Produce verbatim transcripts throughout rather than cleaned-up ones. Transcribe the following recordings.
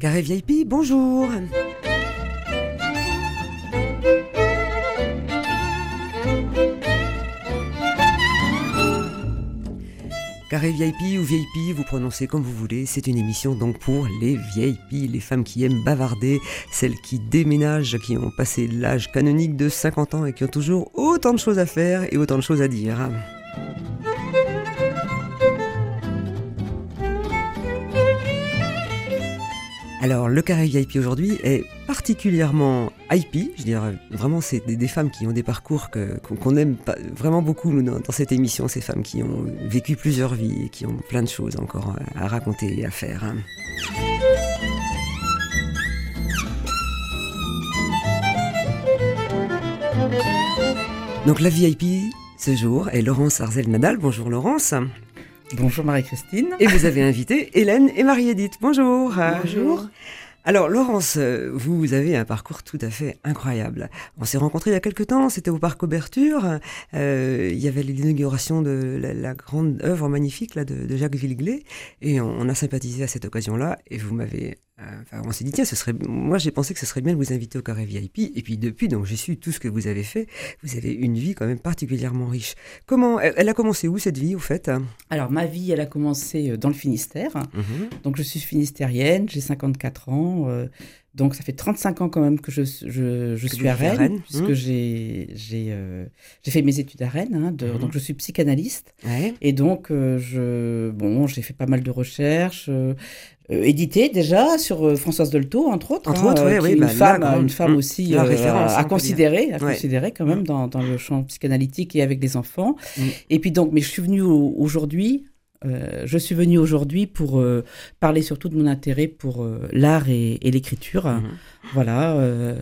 Carré V I P, bonjour. Carré V I P ou V I P, vous prononcez comme vous voulez, c'est une émission donc pour les V I P, les femmes qui aiment bavarder, celles qui déménagent, qui ont passé l'âge canonique de cinquante ans et qui ont toujours autant de choses à faire et autant de choses à dire. Alors, le Carré V I P aujourd'hui est particulièrement I P, je dirais vraiment c'est des, des femmes qui ont des parcours que, qu'on, qu'on aime pas, vraiment beaucoup nous, dans, dans cette émission, ces femmes qui ont vécu plusieurs vies et qui ont plein de choses encore à, à raconter et à faire. Hein. Donc la V I P ce jour est Laurence Arzel-Nadal. Bonjour Laurence. Bonjour Marie-Christine. Et vous avez invité Hélène et Marie-Édith. Bonjour. Bonjour. Alors Laurence, vous avez un parcours tout à fait incroyable. On s'est rencontrés il y a quelque temps, c'était au Parc Auberture. Euh, il y avait l'inauguration de la, la grande œuvre magnifique là, de, de Jacques Villeglé. Et on, on a sympathisé à cette occasion-là. Et vous m'avez... Enfin, on s'est dit, tiens, ce serait, moi j'ai pensé que ce serait bien de vous inviter au Carré V I P. Et puis depuis, donc, j'ai su tout ce que vous avez fait. Vous avez une vie quand même particulièrement riche. Comment, elle, elle a commencé où cette vie, au fait ? Alors ma vie, elle a commencé dans le Finistère. Mm-hmm. Donc je suis finistérienne, j'ai cinquante-quatre ans. Euh, donc ça fait trente-cinq ans quand même que je, je, je suis à Rennes, Rennes, puisque mmh. j'ai, j'ai, euh, j'ai fait mes études à Rennes. Hein, de, mmh. Donc je suis psychanalyste. Ouais. Et donc euh, je, bon, j'ai fait pas mal de recherches. Euh, Euh, édité déjà sur euh, Françoise Dolto entre autres, entre hein, autres, euh, oui, oui, une, bah, femme, là, une femme mmh, aussi euh, référence, à, à hein, considérer, à ouais. considérer quand même mmh. dans, dans le champ psychanalytique et avec les enfants. Mmh. Et puis donc, mais je suis venue au, aujourd'hui. Euh, je suis venue aujourd'hui pour euh, parler surtout de mon intérêt pour euh, l'art et, et l'écriture. Mmh. Voilà. Euh...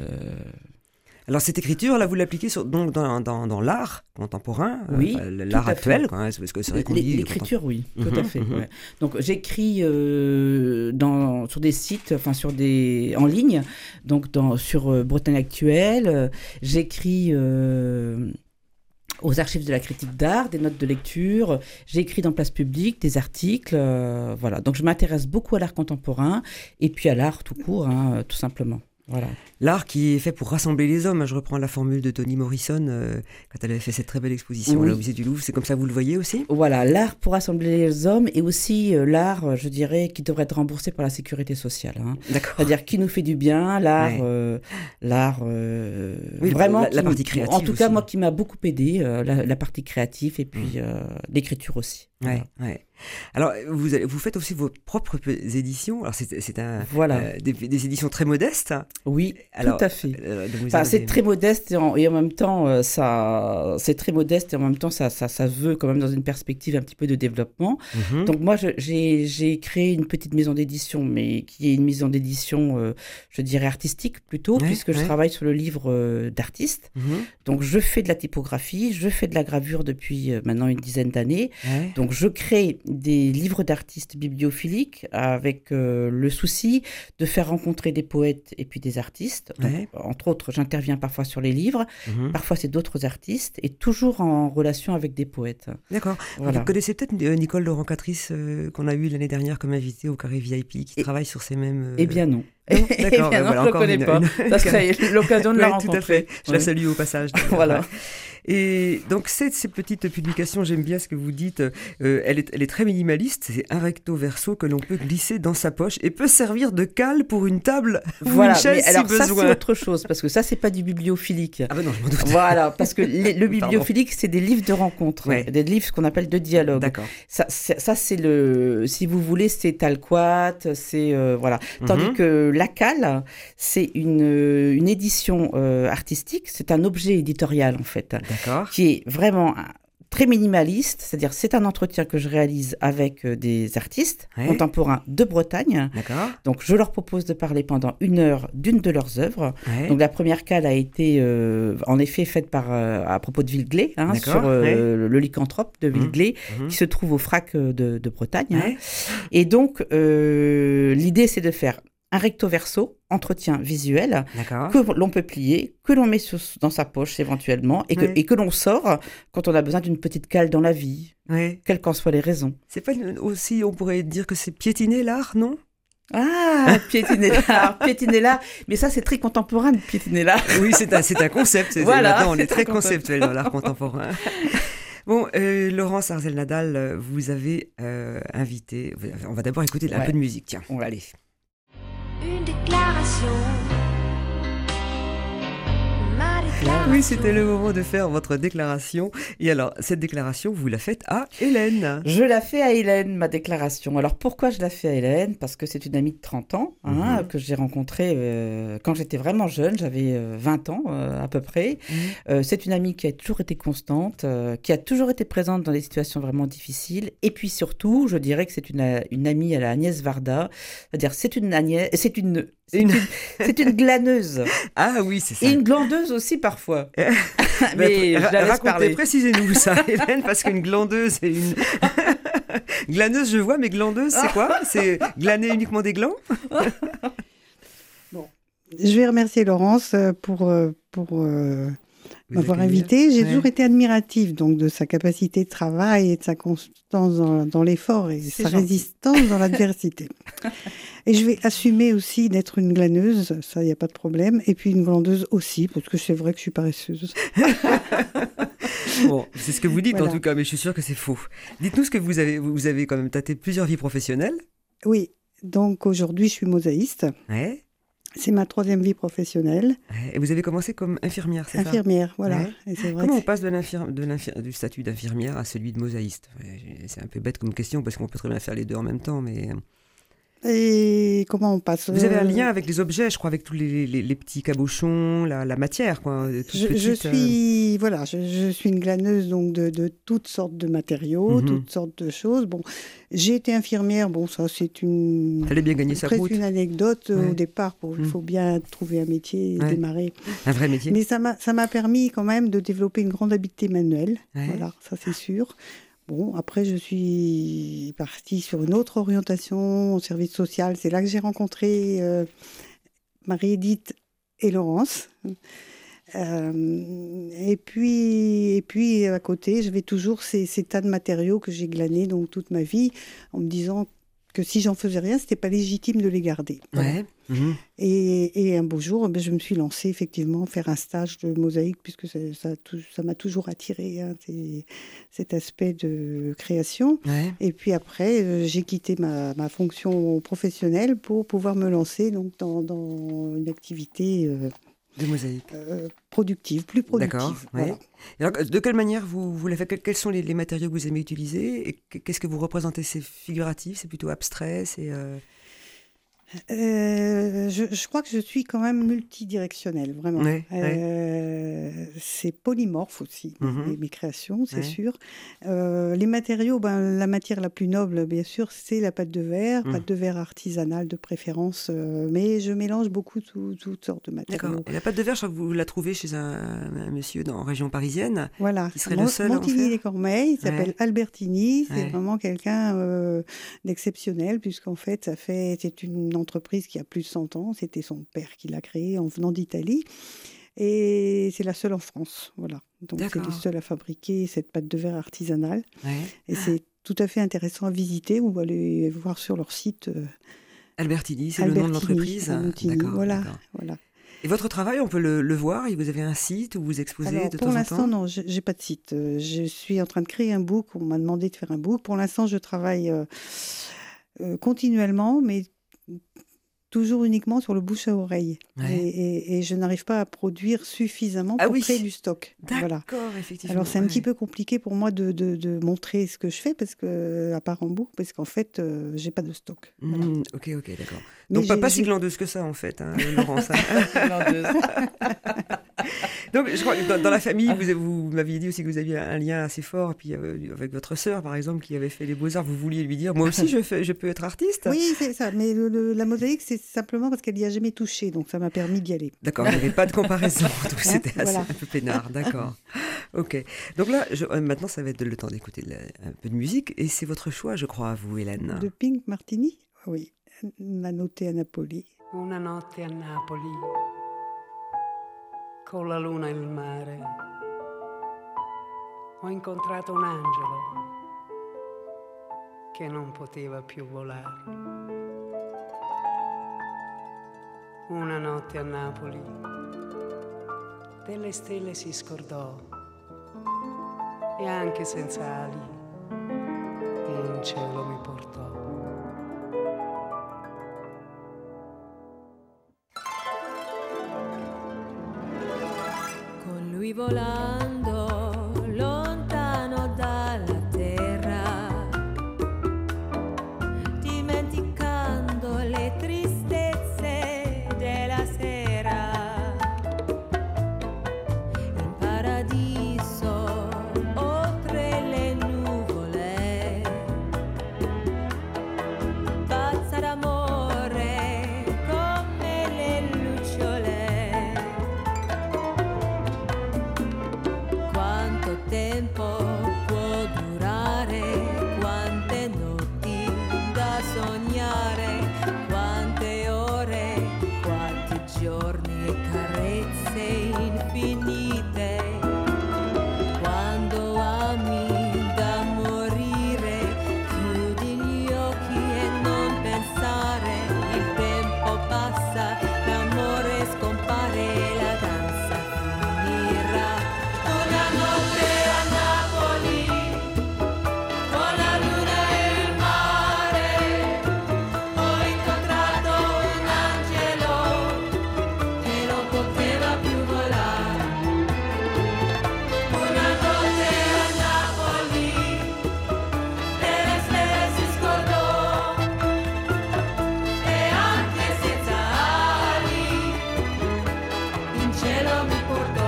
Alors cette écriture, là, vous l'appliquez sur, donc dans, dans, dans l'art contemporain, oui, euh, l'art actuel, quoi, hein, parce que c'est vrai qu'on dit l'écriture, oui, tout mmh, à fait. mmh. Ouais. Donc j'écris euh, dans sur des sites, enfin sur des en ligne, donc dans sur euh, Bretagne Actuelle, euh, j'écris. Euh, aux archives de la critique d'art, des notes de lecture, j'ai écrit dans Place Publique, des articles, euh, voilà. Donc je m'intéresse beaucoup à l'art contemporain et puis à l'art tout court, hein, tout simplement. Voilà. L'art qui est fait pour rassembler les hommes. Je reprends la formule de Toni Morrison euh, quand elle avait fait cette très belle exposition oui. là, au musée du Louvre. C'est comme ça que vous le voyez aussi ? Voilà, l'art pour rassembler les hommes et aussi euh, l'art, je dirais, qui devrait être remboursé par la sécurité sociale. Hein. D'accord. C'est-à-dire qui nous fait du bien, l'art, ouais. euh, l'art euh, oui, vraiment. La, la qui, partie créative. En tout aussi. cas, moi qui m'a beaucoup aidé, euh, la, la partie créative et puis mmh. euh, l'écriture aussi. Ouais, voilà. ouais. Alors, vous, vous faites aussi vos propres éditions. Alors, c'est, c'est un, voilà. euh, des, des éditions très modestes. Oui, Alors, tout à fait. Euh, enfin, c'est très modeste et en, et en même temps, euh, ça, c'est très modeste et en même temps, ça, ça, ça veut quand même dans une perspective un petit peu de développement. Mm-hmm. Donc moi, je, j'ai, j'ai créé une petite maison d'édition, mais qui est une maison d'édition, euh, je dirais artistique plutôt, ouais, puisque ouais. je travaille sur le livre euh, d'artistes. Mm-hmm. Donc je fais de la typographie, je fais de la gravure depuis euh, maintenant une dizaine d'années. Ouais. Donc je crée des livres d'artistes bibliophiliques avec euh, le souci de faire rencontrer des poètes et puis des artistes. Donc, ouais. Entre autres, j'interviens parfois sur les livres, mmh. parfois c'est d'autres artistes et toujours en relation avec des poètes. D'accord. Voilà. Vous connaissez peut-être Nicole Laurent-Catrice euh, qu'on a eu l'année dernière comme invitée au Carré V I P qui et, travaille sur ces mêmes... Euh... Eh bien non. Non, d'accord, eh bien, ben voilà, non, je ne connais une, pas. Une... Ça serait l'occasion de oui, la rencontrer. Tout à fait. Je oui. la salue au passage. Voilà. Et donc, ces, ces petites publications, j'aime bien ce que vous dites, euh, elle, est, elle est très minimaliste. C'est un recto verso que l'on peut glisser dans sa poche et peut servir de cale pour une table voilà. ou une chaise mais alors, si ça, besoin. C'est autre chose, parce que ça, c'est pas du bibliophilique. Ah ben non, je m'en doute. Voilà, parce que les, le bibliophilique, c'est des livres de rencontre, ouais. des livres qu'on appelle de dialogue. D'accord. Ça, c'est, ça, c'est le, si vous voulez, c'est Talquat, c'est, euh, voilà. Tandis mm-hmm. que la cale, c'est une, une édition euh, artistique, c'est un objet éditorial, en fait. D'accord. Qui est vraiment très minimaliste, c'est-à-dire c'est un entretien que je réalise avec euh, des artistes ouais. contemporains de Bretagne. D'accord. Donc je leur propose de parler pendant une heure d'une de leurs œuvres. Ouais. Donc la première cale a été euh, en effet faite par, euh, à propos de Villeglé, hein, sur euh, ouais. le lycanthrope de Villeglé, mmh. qui se trouve au Frac de, de Bretagne. Ouais. Hein. Et donc euh, l'idée c'est de faire un recto verso, entretien visuel, D'accord. que l'on peut plier, que l'on met sur, dans sa poche éventuellement, et que, oui. et que l'on sort quand on a besoin d'une petite cale dans la vie, oui. quelles qu'en soient les raisons. C'est pas aussi, on pourrait dire que c'est piétiner l'art, non ? Ah, piétiner l'art, piétiner l'art. Mais ça, c'est très contemporain de piétiner l'art. Oui, c'est un, c'est un concept. C'est, voilà, maintenant, on est, c'est très conceptuel dans l'art contemporain. Bon, euh, Laurence Arzel-Nadal, vous avez euh, invité... On va d'abord écouter un ouais. peu de musique, tiens. On va aller. Une déclaration. Oui, c'était le moment de faire votre déclaration. Et alors, cette déclaration, vous la faites à Hélène. Je la fais à Hélène, ma déclaration. Alors, pourquoi je la fais à Hélène ? Parce que c'est une amie de trente ans, hein, mm-hmm. que j'ai rencontrée euh, quand j'étais vraiment jeune, j'avais euh, vingt ans euh, à peu près. Mm-hmm. Euh, c'est une amie qui a toujours été constante, euh, qui a toujours été présente dans des situations vraiment difficiles. Et puis surtout, je dirais que c'est une, une amie à la Agnès Varda. C'est-à-dire, c'est une Agnès... C'est une... C'est une... c'est une glaneuse. Ah oui, c'est ça. Et une glandeuse aussi parfois. Mais je la laisse racontez, parler. Précisez-nous ça, Hélène, parce qu'une glandeuse et une... glaneuse, je vois, mais glandeuse, c'est quoi ? C'est glaner uniquement des glands ? Bon, je vais remercier Laurence pour, pour euh, m'avoir invitée. J'ai ouais. toujours été admirative donc, de sa capacité de travail et de sa constance dans, dans l'effort et c'est sa gentil. Résistance dans l'adversité. Et je vais assumer aussi d'être une glaneuse, ça, il n'y a pas de problème. Et puis une glandeuse aussi, parce que c'est vrai que je suis paresseuse. Bon, c'est ce que vous dites voilà. en tout cas, mais je suis sûre que c'est faux. Dites-nous ce que vous avez, vous avez quand même tâté plusieurs vies professionnelles. Oui, donc aujourd'hui je suis mosaïste. Ouais. C'est ma troisième vie professionnelle. Ouais. Et vous avez commencé comme infirmière, c'est infirmière, ça Infirmière, voilà. Ouais. Et c'est vrai Comment on passe de l'infir... de l'infir... du statut d'infirmière à celui de mosaïste ? C'est un peu bête comme question, parce qu'on peut très bien faire les deux en même temps, mais... Et comment on passe ? Vous avez un lien avec les objets, je crois, avec tous les, les, les petits cabochons, la, la matière, quoi. Je, petite, je suis, euh... voilà, je, je suis une glaneuse donc de, de toutes sortes de matériaux, mm-hmm. toutes sortes de choses. Bon, j'ai été infirmière. Bon, ça c'est une. Fallait bien gagner sa croûte. Presque une anecdote ouais. au départ. Pour, il mm. faut bien trouver un métier et ouais. démarrer. Un vrai métier. Mais ça m'a, ça m'a permis quand même de développer une grande habileté manuelle. Ouais. Voilà, ça c'est sûr. Bon, après, je suis partie sur une autre orientation au service social. C'est là que j'ai rencontré euh, Marie-Édith et Laurence. Euh, et, puis, et puis, à côté, j'avais toujours ces, ces tas de matériaux que j'ai glanés donc, toute ma vie, en me disant que si j'en faisais rien, c'était pas légitime de les garder. Voilà. Ouais. Mmh. Et, et un beau jour, ben, je me suis lancée effectivement faire un stage de mosaïque, puisque ça, ça, ça m'a toujours attirée, hein, cet aspect de création. Ouais. Et puis après, euh, j'ai quitté ma, ma fonction professionnelle pour pouvoir me lancer donc, dans, dans une activité... Euh, de mosaïque. Euh, productive, plus productive. D'accord. Ouais. Voilà. Alors, de quelle manière vous, vous l'avez fait ? Quels sont les, les matériaux que vous aimez utiliser ? Et qu'est-ce que vous représentez ? C'est figuratif ? C'est plutôt abstrait ? C'est... Euh... Euh, je, je crois que je suis quand même multidirectionnelle, vraiment. Ouais, euh, ouais. C'est polymorphe aussi, mm-hmm. mes, mes créations, c'est ouais. sûr. Euh, les matériaux, ben, la matière la plus noble, bien sûr, c'est la pâte de verre, mm. pâte de verre artisanale de préférence, euh, mais je mélange beaucoup tout, toutes sortes de matériaux. D'accord. Et la pâte de verre, je crois que vous la trouvez chez un, un monsieur dans, en région parisienne, voilà. qui serait Mont- le seul Montigny-les-Cormeilles, il s'appelle ouais. Albertini, c'est ouais. vraiment quelqu'un euh, d'exceptionnel, puisqu'en fait, ça fait, c'est une entreprise qui a plus de cent ans. C'était son père qui l'a créée en venant d'Italie. Et c'est la seule en France. Voilà. Donc, D'accord. c'est les seuls à fabriquer cette pâte de verre artisanale. Ouais. Et c'est tout à fait intéressant à visiter ou aller voir sur leur site. Euh, Albertini, c'est Albertini, le nom de l'entreprise. Albertini, d'accord, voilà, d'accord. voilà. Et votre travail, on peut le, le voir ? Vous avez un site où vous exposez Alors, de temps en temps ? Pour l'instant, non, je n'ai pas de site. Je suis en train de créer un book. On m'a demandé de faire un book. Pour l'instant, je travaille euh, euh, continuellement, mais toujours uniquement sur le bouche à oreille. Ouais. Et, et, et je n'arrive pas à produire suffisamment pour ah oui. créer du stock. D'accord, voilà. effectivement. Alors, c'est un ouais. petit peu compliqué pour moi de, de, de montrer ce que je fais, parce que, à part en book, parce qu'en fait, euh, je n'ai pas de stock. Mmh, voilà. Ok, ok, d'accord. Donc, pas, pas si glandeuse que ça, en fait, hein, Laurence. Glandeuse. Donc, je crois que dans, dans la famille, vous, vous m'aviez dit aussi que vous aviez un lien assez fort, puis euh, avec votre sœur, par exemple, qui avait fait les beaux-arts, vous vouliez lui dire, moi aussi, je, fais, je peux être artiste. Oui, c'est ça, mais le, le, la mosaïque, c'est simplement parce qu'elle n'y a jamais touché, donc ça m'a permis d'y aller. D'accord, il n'y avait pas de comparaison, donc c'était assez, voilà. un peu peinard, d'accord. Ok, donc là, je, euh, maintenant, ça va être le temps d'écouter la, un peu de musique, et c'est votre choix, je crois, vous, Hélène. De Pink Martini ? Oui, Una notte a Napoli. Una notte a Napoli, con la luna e il mare, ho incontrato un angelo che non poteva più volare. una notte a Napoli, delle stelle si scordò e anche senza ali in cielo mi portò. Con lui volando lontano dalla terra, dimenticando le tristezze della sera, in paradiso oltre le nuvole, pazza d'amore come le lucciole. Quanto tempo può durare, quante notti da sognare, quante ore, quanti giorni e carezze infinite. Quando ami da morire, chiudi gli occhi e non pensare, il tempo passa, l'amore scompare, la danza finirà. Una notte a Napoli, con la luna e il mare, ho incontrato un angelo che non poteva più volare. Una notte a Napoli, delle stelle si scordò e anche senza ali in cielo mi portò.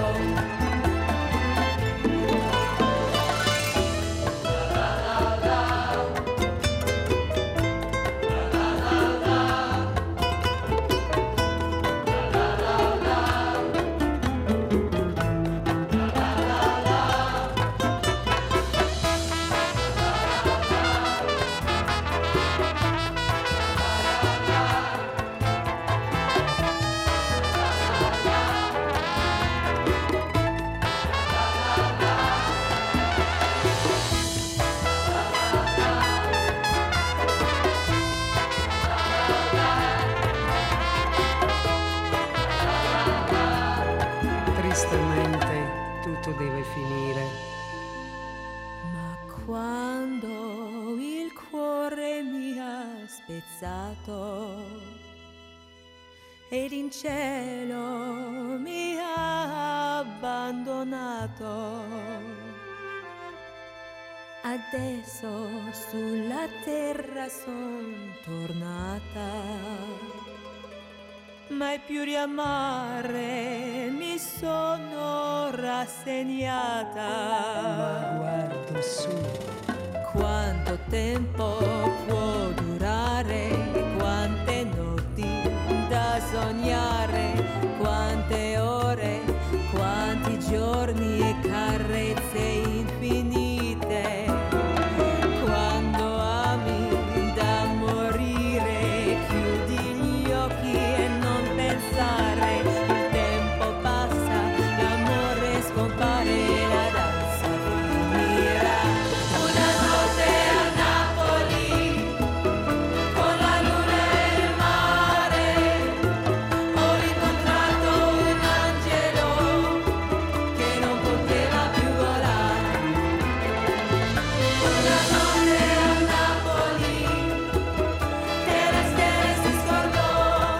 Tristemente tutto deve finire. Ma quando il cuore mi ha spezzato ed in cielo mi ha abbandonato, adesso sulla terra son tornata. Mai più riamare mi sono rassegnata. Ma guardo su, Quanto tempo può durare, quante notti da sognare, quante ore, quanti giorni e carezze infinite. Quando ami da morire, chiudi gli occhi e non pensare, il tempo passa, l'amore scompare, la danza finirà. Una notte a Napoli, con la luna e il mare, ho incontrato un angelo che non poteva più volare. Una notte a Napoli, delle stelle si scordò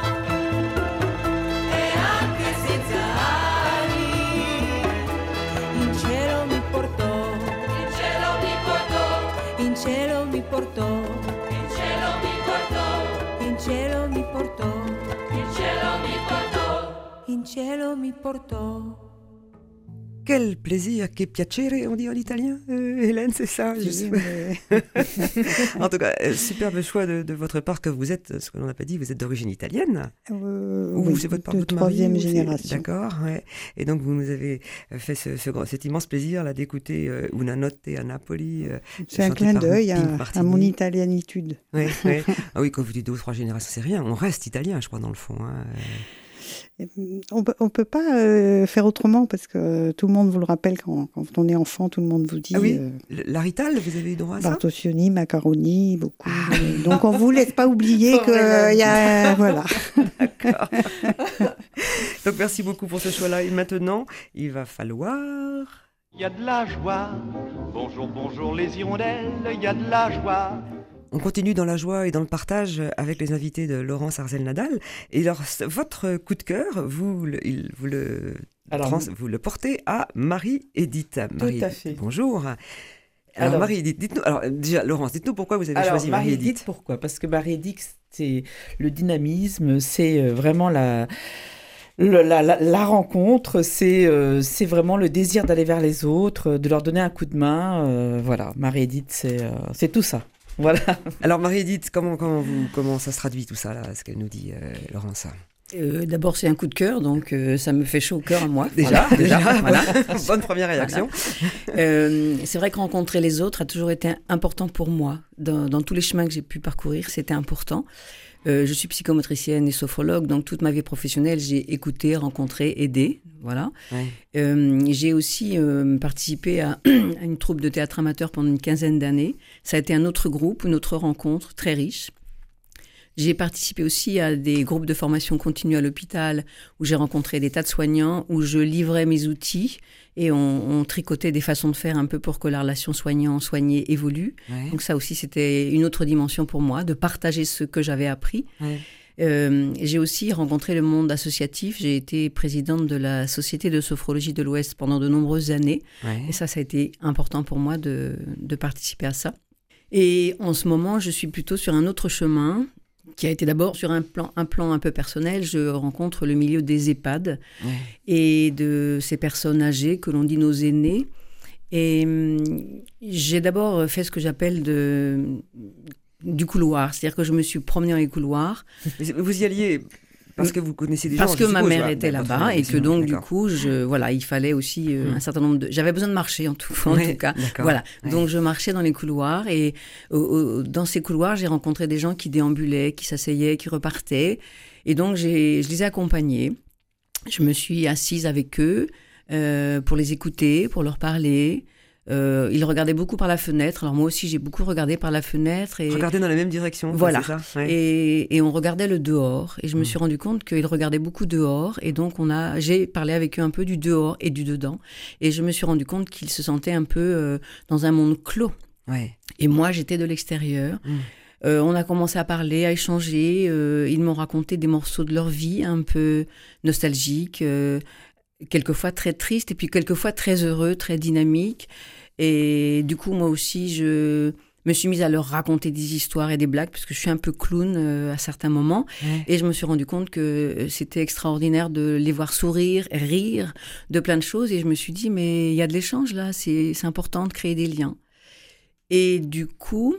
e anche senza ali in cielo mi portò, in cielo mi portò, in cielo mi portò, in cielo mi portò, in cielo mi portò, in cielo mi portò, in cielo mi portò. Quel plaisir, che piacere, on dit en italien, euh, Hélène, c'est ça Oui, je- mais- En tout cas, euh, superbe choix de, de votre part, que vous êtes, ce que l'on n'a pas dit, vous êtes d'origine italienne. Euh, Ou oui, c'est votre, par de votre mari, troisième ou c'est- génération. D'accord, ouais. Et donc vous nous avez fait ce, ce grand- cet immense plaisir là d'écouter euh, Una notte a Napoli. euh, C'est un chanté clin par d'œil Pink à, Martini. à mon italianitude. Ouais, ouais. Ah oui, quand vous dites deux ou trois générations, c'est rien. On reste italien, je crois, dans le fond. Hein. on peut, on peut pas euh, faire autrement parce que tout le monde vous le rappelle quand, quand on est enfant, tout le monde vous dit. Ah oui, euh, la Rital, vous avez eu droit à ça? Bartosioni, macaroni, beaucoup. euh, donc on vous laisse pas oublier que il y a voilà. D'accord. Donc merci beaucoup pour ce choix-là. Et maintenant, il va falloir. Il y a de la joie. Bonjour, bonjour les hirondelles, il y a de la joie. On continue dans la joie et dans le partage avec les invités de Laurence Arzel-Nadal. Et alors, votre coup de cœur, vous le, il, vous le, Alors, trans, vous le portez à Marie-Édith. Marie-Édith, à fait. Bonjour. Alors, Alors, Marie-Édith, dites-nous, alors déjà, Laurence, dites-nous pourquoi vous avez Alors, choisi Marie-Édith. Marie-Édith, pourquoi? Parce que Marie-Édith, c'est le dynamisme, c'est euh, vraiment la... Le, la, la, la rencontre, c'est euh, c'est vraiment le désir d'aller vers les autres, de leur donner un coup de main. Euh, voilà, Marie-Édith, c'est euh, c'est tout ça. Voilà. Alors Marie-Édith, comment, comment, vous, comment ça se traduit tout ça, là, ce qu'elle nous dit, euh, Laurence? Euh, D'abord, c'est un coup de cœur, donc euh, ça me fait chaud au cœur à moi. Déjà, voilà, déjà, voilà. Bonne première réaction. Voilà. Euh, c'est vrai que rencontrer les autres a toujours été important pour moi. Dans, dans tous les chemins que j'ai pu parcourir, c'était important. Euh, je suis psychomotricienne et sophrologue, donc toute ma vie professionnelle, j'ai écouté, rencontré, aidé, voilà. Ouais. Euh, j'ai aussi euh, participé à, à une troupe de théâtre amateur pendant une quinzaine d'années. Ça a été un autre groupe, une autre rencontre très riche. J'ai participé aussi à des groupes de formation continue à l'hôpital où j'ai rencontré des tas de soignants, où je livrais mes outils et on, on tricotait des façons de faire un peu pour que la relation soignant-soigné évolue. Ouais. Donc ça aussi, c'était une autre dimension pour moi, de partager ce que j'avais appris. Ouais. Euh, j'ai aussi rencontré le monde associatif. J'ai été présidente de la Société de sophrologie de l'Ouest pendant de nombreuses années. Ouais. Et ça, ça a été important pour moi de, de participer à ça. Et en ce moment, je suis plutôt sur un autre chemin qui a été d'abord sur un plan, un plan un peu personnel. Je rencontre le milieu des EHPAD Ouais. et de ces personnes âgées que l'on dit nos aînés. Et hum, j'ai d'abord fait ce que j'appelle de, du couloir. C'est-à-dire que je me suis promenée dans les couloirs. Mais vous y alliez parce que vous connaissiez des gens. Parce que je ma suppose, mère voilà. était Votre là-bas mère, et que sinon, donc du d'accord. coup, je, voilà, il fallait aussi euh, Mm. un certain nombre de... J'avais besoin de marcher en tout, en Ouais, tout cas. d'accord. Voilà. Ouais. Donc je marchais dans les couloirs et euh, euh, dans ces couloirs, j'ai rencontré des gens qui déambulaient, qui s'asseyaient, qui repartaient. Et donc j'ai, je les ai accompagnés. Je me suis assise avec eux euh, pour les écouter, pour leur parler. Euh, ils regardaient beaucoup par la fenêtre. Alors moi aussi, j'ai beaucoup regardé par la fenêtre. Et... Regardez dans la même direction. Voilà. C'est ça ouais. Et, et on regardait le dehors. Et je me Mm. suis rendu compte qu'ils regardaient beaucoup dehors. Et donc, on a, j'ai parlé avec eux un peu du dehors et du dedans. Et je me suis rendu compte qu'ils se sentaient un peu euh, dans un monde clos. Ouais. Et moi, j'étais de l'extérieur. Mm. Euh, on a commencé à parler, à échanger. Euh, ils m'ont raconté des morceaux de leur vie un peu nostalgiques, euh, quelquefois très tristes, et puis quelquefois très heureux, très dynamiques. Et du coup, moi aussi, je me suis mise à leur raconter des histoires et des blagues, parce que je suis un peu clown euh, à certains moments. Ouais. Et je me suis rendu compte que c'était extraordinaire de les voir sourire, rire de plein de choses. Et je me suis dit, mais il y a de l'échange là, c'est, c'est important de créer des liens. Et du coup,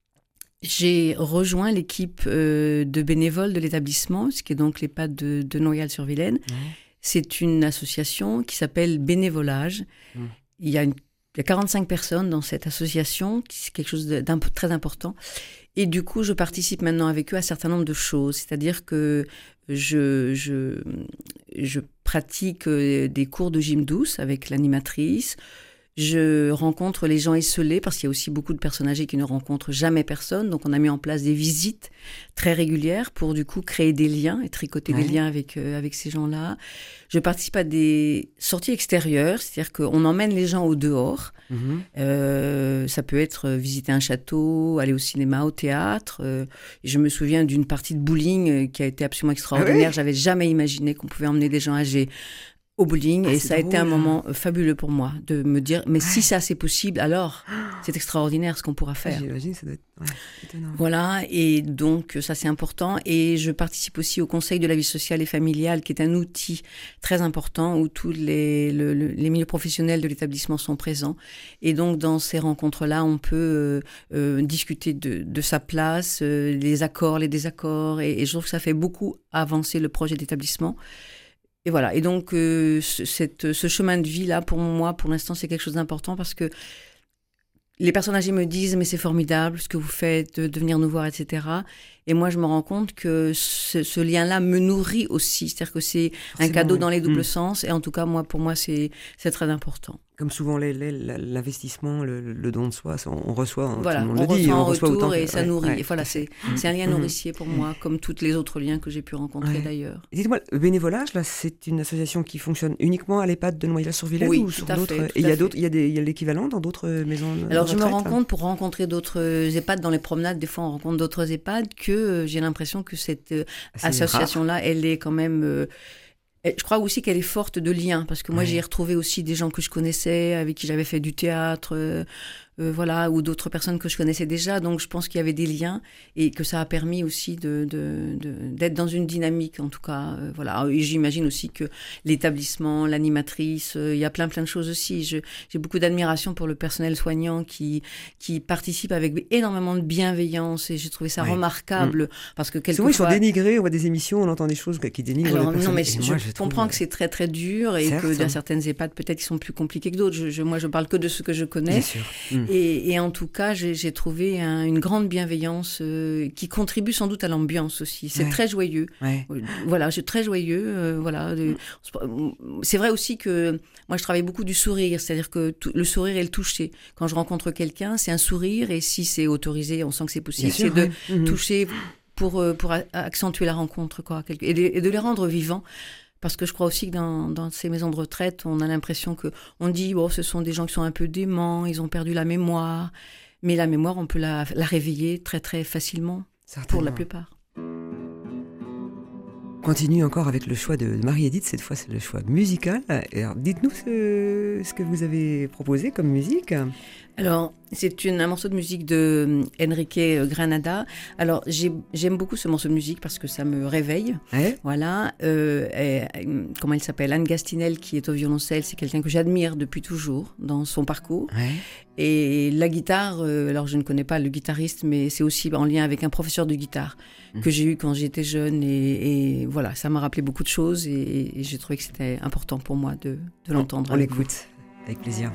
j'ai rejoint l'équipe euh, de bénévoles de l'établissement, ce qui est donc l'EHPAD de, de Noyal-sur-Vilaine. Ouais. C'est une association qui s'appelle Bénévolage. Mmh. Il y a une Il y a quarante-cinq personnes dans cette association, c'est quelque chose de très important. Et du coup, je participe maintenant avec eux à un certain nombre de choses. C'est-à-dire que je, je, je pratique des cours de gym douce avec l'animatrice. Je rencontre les gens esselés parce qu'il y a aussi beaucoup de personnes âgées qui ne rencontrent jamais personne. Donc, on a mis en place des visites très régulières pour, du coup, créer des liens et tricoter Ouais. des liens avec, euh, avec ces gens-là. Je participe à des sorties extérieures, c'est-à-dire qu'on emmène les gens au dehors. Mhm. Euh, ça peut être visiter un château, aller au cinéma, au théâtre. Euh, je me souviens d'une partie de bowling euh, qui a été absolument extraordinaire. Ah oui J'avais jamais imaginé qu'on pouvait emmener des gens âgés au bowling. Ah, et c'est ça a été un drôle. moment euh, fabuleux pour moi de me dire, mais si Ouais. ça c'est possible, alors c'est extraordinaire ce qu'on pourra faire. J'imagine, ça doit être ouais, étonnant. Voilà, et donc ça c'est important. Et je participe aussi au Conseil de la vie sociale et familiale, qui est un outil très important où tous les, le, le, les milieux professionnels de l'établissement sont présents. Et donc dans ces rencontres-là, on peut euh, euh, discuter de, de sa place, euh, les accords, les désaccords. Et, et je trouve que ça fait beaucoup avancer le projet d'établissement. Et voilà, et donc euh, ce, cette, ce chemin de vie-là, pour moi, pour l'instant, c'est quelque chose d'important parce que les personnes âgées me disent, mais c'est formidable ce que vous faites, de, de venir nous voir, et cetera. Et moi, je me rends compte que ce, ce lien-là me nourrit aussi. C'est-à-dire que c'est un cadeau dans les doubles mmh. sens. Et en tout cas, moi, pour moi, c'est, c'est très important. Comme souvent, les, les, l'investissement, le, le don de soi, ça, on reçoit, voilà, tout le monde on le dit, reçoit on en reçoit retour autant et que, ça ouais, nourrit. ouais. Et voilà, c'est, c'est un lien nourricier pour moi, comme tous les autres liens que j'ai pu rencontrer ouais. d'ailleurs. Et dites-moi, le bénévolage, là, c'est une association qui fonctionne uniquement à l'EHPAD de Noailles-sur-Vilaine oui, ou sur d'autres fait, Et il y a d'autres, il y a des, il y a l'équivalent dans d'autres maisons de Alors, je retraite, me rends compte, pour rencontrer d'autres EHPAD dans les promenades, des fois on rencontre d'autres EHPAD, que euh, j'ai l'impression que cette euh, association-là, rare. Elle est quand même... Euh, je crois aussi qu'elle est forte de liens, parce que moi, ouais. j'y ai retrouvé aussi des gens que je connaissais, avec qui j'avais fait du théâtre, euh, euh, voilà, ou d'autres personnes que je connaissais déjà. Donc, je pense qu'il y avait des liens et que ça a permis aussi de, de, de, d'être dans une dynamique, en tout cas. Euh, voilà. Et j'imagine aussi que l'établissement, l'animatrice, euh, il y a plein, plein de choses aussi. Je, j'ai beaucoup d'admiration pour le personnel soignant qui, qui participe avec énormément de bienveillance et j'ai trouvé ça ouais. remarquable. Mmh. Parce que quelquefois... Souvent, ils sont dénigrés. On voit des émissions, on entend des choses qui dénigrent Alors, les personnes. Non, mais je, moi, je je comprends trouve... que c'est très, très dur et Certes. que dans certaines EHPAD, peut-être, qui sont plus compliqués que d'autres. Je, je, moi, je parle que de ce que je connais. Bien sûr. Mmh. Et, et en tout cas, j'ai, j'ai trouvé un, une grande bienveillance euh, qui contribue sans doute à l'ambiance aussi. C'est ouais. très joyeux. Ouais. Voilà, c'est très joyeux. Euh, voilà. Mmh. C'est vrai aussi que moi, je travaille beaucoup du sourire. C'est-à-dire que tout, le sourire et le toucher. Quand je rencontre quelqu'un, c'est un sourire et si c'est autorisé, on sent que c'est possible. Bien c'est sûr, de ouais. mmh. toucher pour, pour accentuer la rencontre, quoi, et de, et de les rendre vivants. Parce que je crois aussi que dans, dans ces maisons de retraite, on a l'impression que on dit bon, ce sont des gens qui sont un peu déments, ils ont perdu la mémoire. Mais la mémoire, on peut la, la réveiller très très facilement, Certainement. Pour la plupart. On continue encore avec le choix de Marie-Édith, cette fois c'est le choix musical. Alors, dites-nous ce, ce que vous avez proposé comme musique. Alors, c'est une, un morceau de musique de Enrique Granada. Alors, j'ai, j'aime beaucoup ce morceau de musique parce que ça me réveille. Ouais. Voilà. Euh, et, comment elle s'appelle ? Anne Gastinel, qui est au violoncelle. C'est quelqu'un que j'admire depuis toujours dans son parcours. Ouais. Et la guitare, euh, alors je ne connais pas le guitariste, mais c'est aussi en lien avec un professeur de guitare mmh. que j'ai eu quand j'étais jeune. Et, et voilà, ça m'a rappelé beaucoup de choses et, et j'ai trouvé que c'était important pour moi de, de l'entendre. On l'écoute avec plaisir.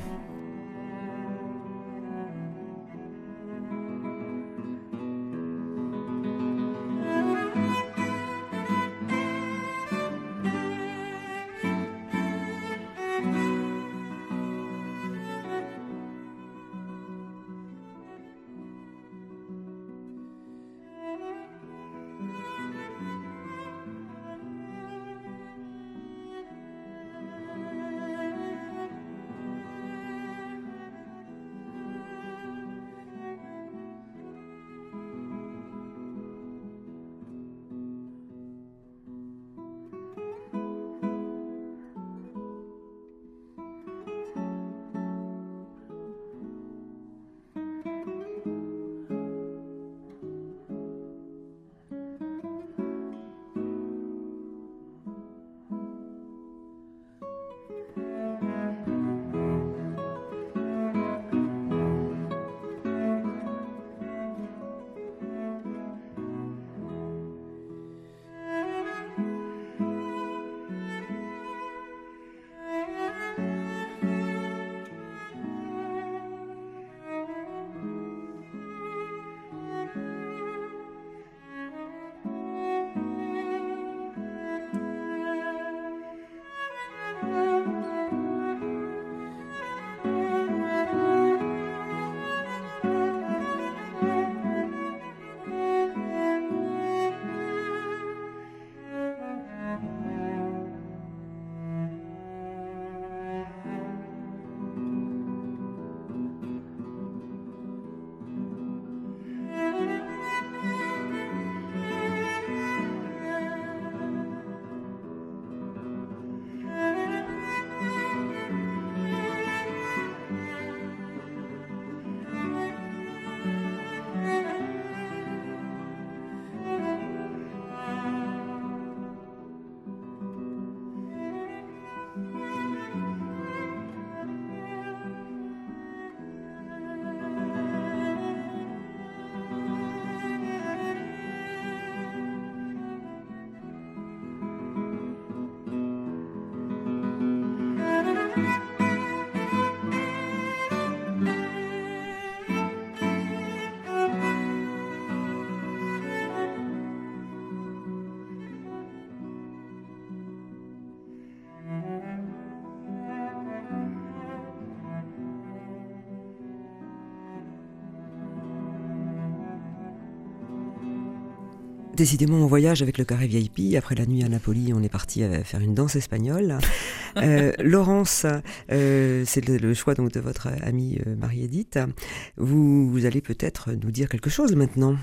Décidément, on voyage avec le Carré V I P. Après la nuit à Napoli, on est parti faire une danse espagnole. Euh, Laurence, euh, c'est le, le choix donc de votre amie euh, Marie-Édith. Vous, vous allez peut-être nous dire quelque chose maintenant.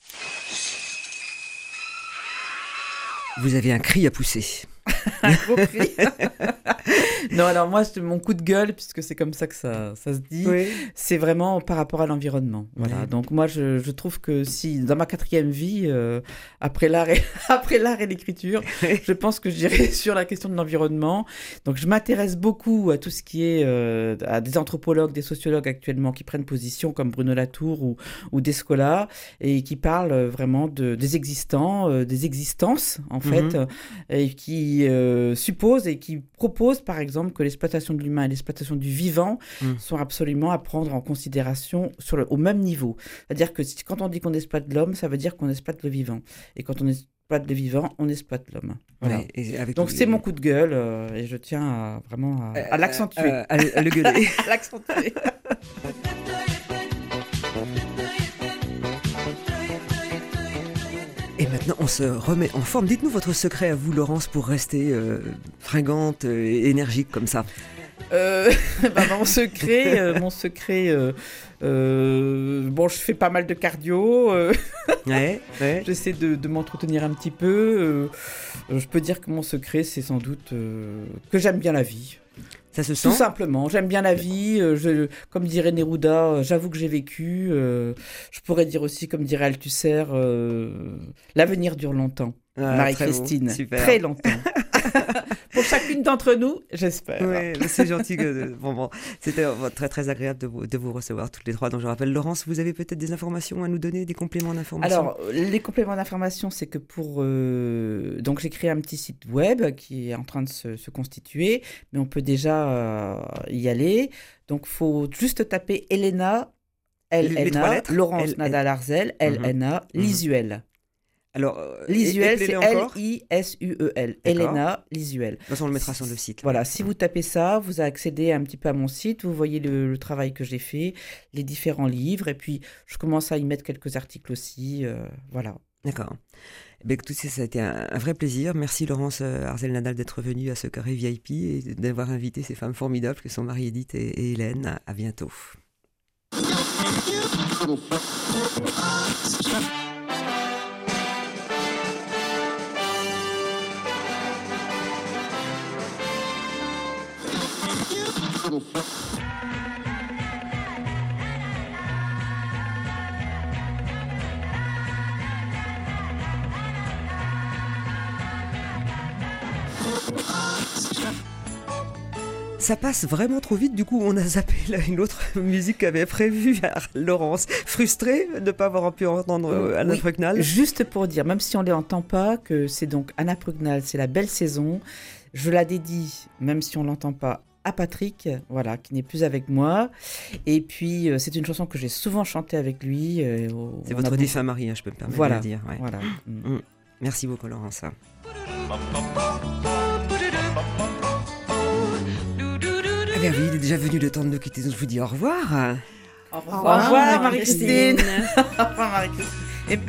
Vous avez un cri à pousser. Un gros cri. Non, alors moi, c'est mon coup de gueule, puisque c'est comme ça que ça, ça se dit, oui. C'est vraiment par rapport à l'environnement. Voilà. Oui. Donc moi, je, je trouve que si, dans ma quatrième vie, euh, après l'art et, après l'art et l'écriture, oui. Je pense que j'irai sur la question de l'environnement. Donc je m'intéresse beaucoup à tout ce qui est, euh, à des anthropologues, des sociologues actuellement qui prennent position, comme Bruno Latour ou, ou Descola, et qui parlent vraiment de, des existants, euh, des existences, en fait, mm-hmm. et qui euh, supposent et qui proposent, par exemple, exemple que l'exploitation de l'humain et l'exploitation du vivant mmh. sont absolument à prendre en considération sur le, au même niveau. C'est-à-dire que si, quand on dit qu'on exploite l'homme, ça veut dire qu'on exploite le vivant. Et quand on exploite le vivant, on exploite l'homme. Voilà. Ouais, et avec Donc, c'est les... mon coup de gueule euh, et je tiens à, vraiment à, euh, à l'accentuer. Euh, à, à le gueuler. À l'accentuer. Et maintenant, on se remet en forme. Dites-nous votre secret à vous, Laurence, pour rester euh, fringante et énergique comme ça. Euh, bah, mon secret, euh, mon secret euh, euh, bon, je fais pas mal de cardio. Euh, ouais, ouais. J'essaie de, de m'entretenir un petit peu. Euh, je peux dire que mon secret, c'est sans doute euh, que j'aime bien la vie. Ça se sent ? Tout simplement, j'aime bien la vie, euh, je, comme dirait Neruda, euh, j'avoue que j'ai vécu, euh, je pourrais dire aussi, comme dirait Althusser, euh, l'avenir dure longtemps, ah, Marie-Christine, très, très longtemps. Pour chacune d'entre nous, j'espère. Oui, c'est gentil. Que, bon, bon, c'était très très agréable de vous, de vous recevoir toutes les trois. Donc je rappelle, Laurence, vous avez peut-être des informations à nous donner, des compléments d'information ? Alors, les compléments d'information, c'est que pour... Euh, donc j'ai créé un petit site web qui est en train de se, se constituer, mais on peut déjà euh, y aller. Donc il faut juste taper Elena, L N A, Laurence Nadal Arzel, L N A, mm-hmm. Lisuel. Alors, euh, Lisuel, c'est L I S U E L. Elena Lisuel. De toute façon, on le mettra sur le site. Voilà, si vous tapez ça, vous accédez un petit peu à mon site, vous voyez le, le travail que j'ai fait, les différents livres, et puis je commence à y mettre quelques articles aussi, euh, voilà. D'accord. Eh bien, tout ça, ça a été un, un vrai plaisir. Merci Laurence Arzel Nadal d'être venue à ce Carré V I P et d'avoir invité ces femmes formidables que sont Marie-Édith et, et Hélène. À, à bientôt. Ça passe vraiment trop vite, du coup on a zappé là, une autre musique qu'avait prévue Laurence. Frustrée de ne pas avoir pu entendre euh, Anna oui, Prugnal. Juste pour dire, même si on ne l'entend pas, que c'est donc Anna Prugnal, c'est la belle saison. Je la dédie, même si on ne l'entend pas, à Patrick, voilà, qui n'est plus avec moi. Et puis, euh, c'est une chanson que j'ai souvent chantée avec lui. Euh, c'est votre défunt mari, hein, je peux me permettre voilà, de le dire. Ouais. Voilà. Mmh. Mmh. Merci beaucoup, Laurence. Eh bien, oui, il est déjà venu le temps de nous quitter, donc je vous dis au revoir. Au revoir, au revoir Marie-Christine. Au revoir, Marie-Christine.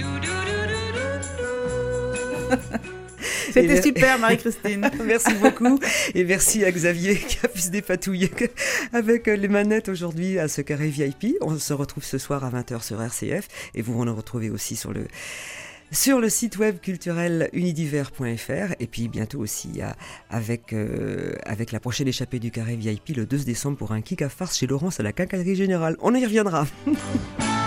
C'était et super, Marie-Christine. Merci beaucoup. Et merci à Xavier qui a pu se dépatouiller avec les manettes aujourd'hui à ce Carré V I P. On se retrouve ce soir à vingt heures sur R C F et vous nous retrouvez aussi sur le, sur le site web culturel unidiver point f r et puis bientôt aussi à, avec, euh, avec la prochaine échappée du Carré V I P le deux décembre pour un kick à farce chez Laurence à la Quincaillerie Générale. On y reviendra.